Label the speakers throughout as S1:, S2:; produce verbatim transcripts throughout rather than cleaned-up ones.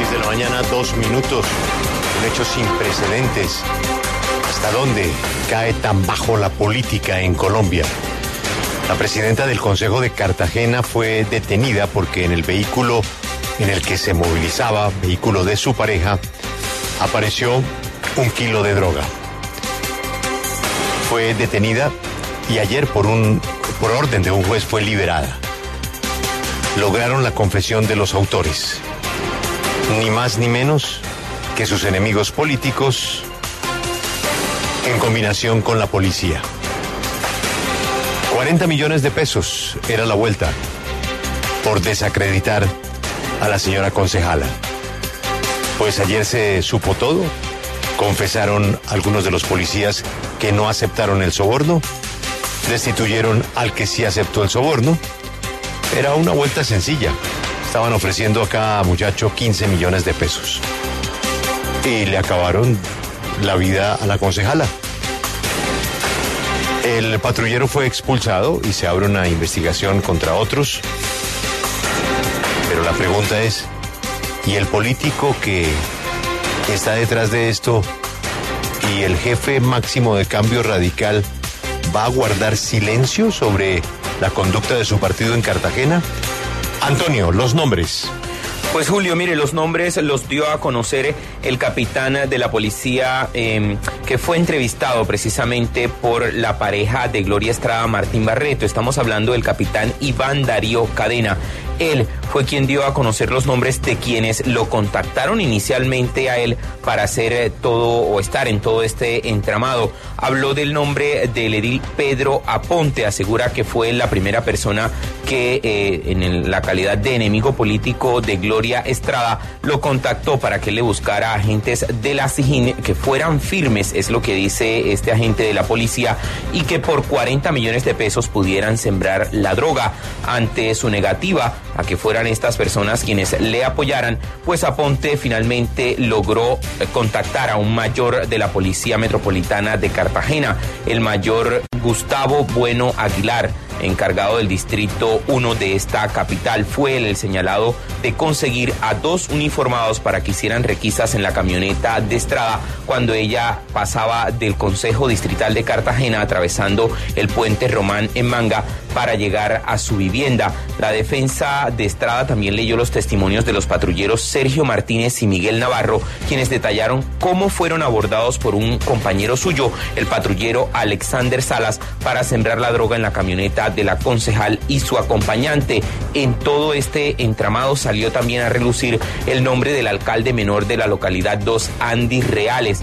S1: seis de la mañana, dos minutos. Un hecho sin precedentes. ¿Hasta dónde cae tan bajo la política en Colombia? La presidenta del Consejo de Cartagena fue detenida porque en el vehículo en el que se movilizaba, vehículo de su pareja, apareció un kilo de droga. Fue detenida y ayer por un por orden de un juez fue liberada. Lograron la confesión de los autores. Ni más ni menos que sus enemigos políticos en combinación con la policía. cuarenta millones de pesos era la vuelta por desacreditar a la señora concejala. Pues ayer se supo todo. Confesaron algunos de los policías que no aceptaron el soborno. Destituyeron al que sí aceptó el soborno. Era una vuelta sencilla. Estaban ofreciendo a cada muchacho quince millones de pesos. Y le acabaron la vida a la concejala. El patrullero fue expulsado y se abre una investigación contra otros. Pero la pregunta es, ¿y el político que está detrás de esto y el jefe máximo de Cambio Radical va a guardar silencio sobre la conducta de su partido en Cartagena? Antonio, los nombres.
S2: Pues Julio, mire, los nombres los dio a conocer el capitán de la policía eh, que fue entrevistado precisamente por la pareja de Gloria Estrada Martín Barreto. Estamos hablando del capitán Iván Darío Cadena. Él fue quien dio a conocer los nombres de quienes lo contactaron inicialmente a él para hacer todo o estar en todo este entramado. Habló del nombre del edil Pedro Aponte, asegura que fue la primera persona que eh, en el, la calidad de enemigo político de Gloria Estrada lo contactó para que le buscara agentes de la SIJIN que fueran firmes, es lo que dice este agente de la policía, y que por cuarenta millones de pesos pudieran sembrar la droga. Ante su negativa a que fueran estas personas quienes le apoyaran, pues Aponte finalmente logró contactar a un mayor de la Policía Metropolitana de Cartagena, el mayor Gustavo Bueno Aguilar, encargado del distrito uno de esta capital. Fue él el señalado de conseguir a dos uniformados para que hicieran requisas en la camioneta de Estrada cuando ella pasaba del Consejo Distrital de Cartagena atravesando el puente Román en Manga para llegar a su vivienda. La defensa de Estrada también leyó los testimonios de los patrulleros Sergio Martínez y Miguel Navarro, quienes detallaron cómo fueron abordados por un compañero suyo, el patrullero Alexander Salas, para sembrar la droga en la camioneta de la concejal y su acompañante. En todo este entramado salió también a relucir el nombre del alcalde menor de la localidad dos, Andy Reales.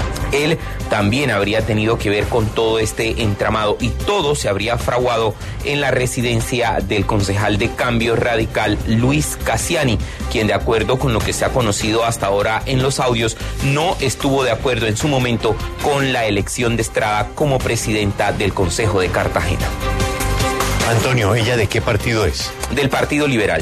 S2: Él también habría tenido que ver con todo este entramado y todo se habría fraguado en la residencia del concejal de Cambio Radical, Luis Cassiani, quien, de acuerdo con lo que se ha conocido hasta ahora en los audios, no estuvo de acuerdo en su momento con la elección de Estrada como presidenta del Consejo de Cartagena.
S1: Antonio, ¿ella de qué partido es?
S2: Del Partido Liberal.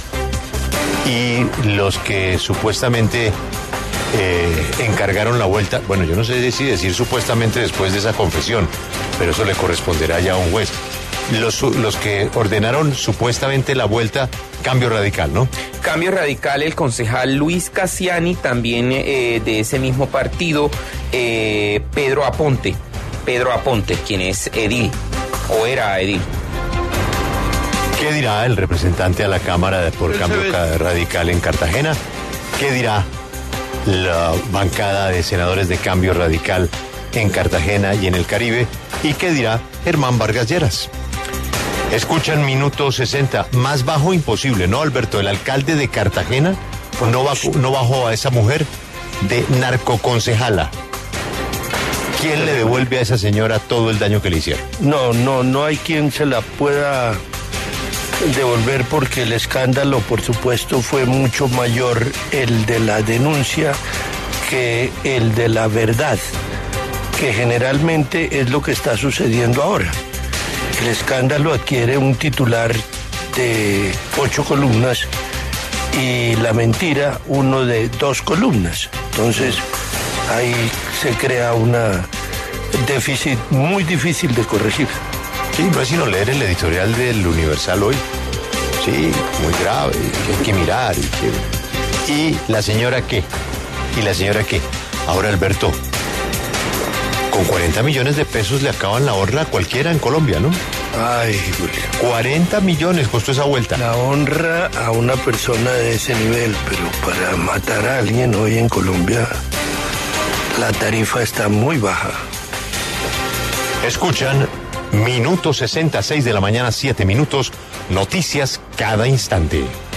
S1: Y los que supuestamente eh, encargaron la vuelta, bueno, yo no sé si decir supuestamente después de esa confesión, pero eso le corresponderá ya a un juez. Los, los que ordenaron supuestamente la vuelta, Cambio Radical, ¿no?
S2: Cambio Radical, el concejal Luis Cassiani, también eh, de ese mismo partido, eh, Pedro Aponte, Pedro Aponte, quien es edil, o era edil.
S1: ¿Qué dirá el representante a la Cámara de por Cambio Radical en Cartagena? ¿Qué dirá la bancada de senadores de Cambio Radical en Cartagena y en el Caribe? ¿Y qué dirá Germán Vargas Lleras? Escuchan Minuto sesenta. Más bajo imposible, ¿no, Alberto? El alcalde de Cartagena no bajó, no bajó a esa mujer de narcoconcejala. ¿Quién le devuelve a esa señora todo el daño que le hicieron?
S3: No, no, no hay quien se la pueda devolver porque el escándalo, por supuesto, fue mucho mayor el de la denuncia que el de la verdad, que generalmente es lo que está sucediendo ahora. El escándalo adquiere un titular de ocho columnas y la mentira uno de dos columnas. Entonces, ahí se crea un déficit muy difícil de corregir.
S1: Sí, no es sino leer el editorial del Universal hoy. Sí, muy grave, hay que mirar. Y, que... ¿Y la señora qué? ¿Y la señora qué? Ahora, Alberto, con cuarenta millones de pesos le acaban la honra a cualquiera en Colombia, ¿no?
S3: Ay, Julio.
S1: cuarenta millones costó esa vuelta.
S3: La honra a una persona de ese nivel, pero para matar a alguien hoy en Colombia, la tarifa está muy baja.
S1: Escuchan Minuto sesenta y seis de la mañana, siete minutos, noticias cada instante.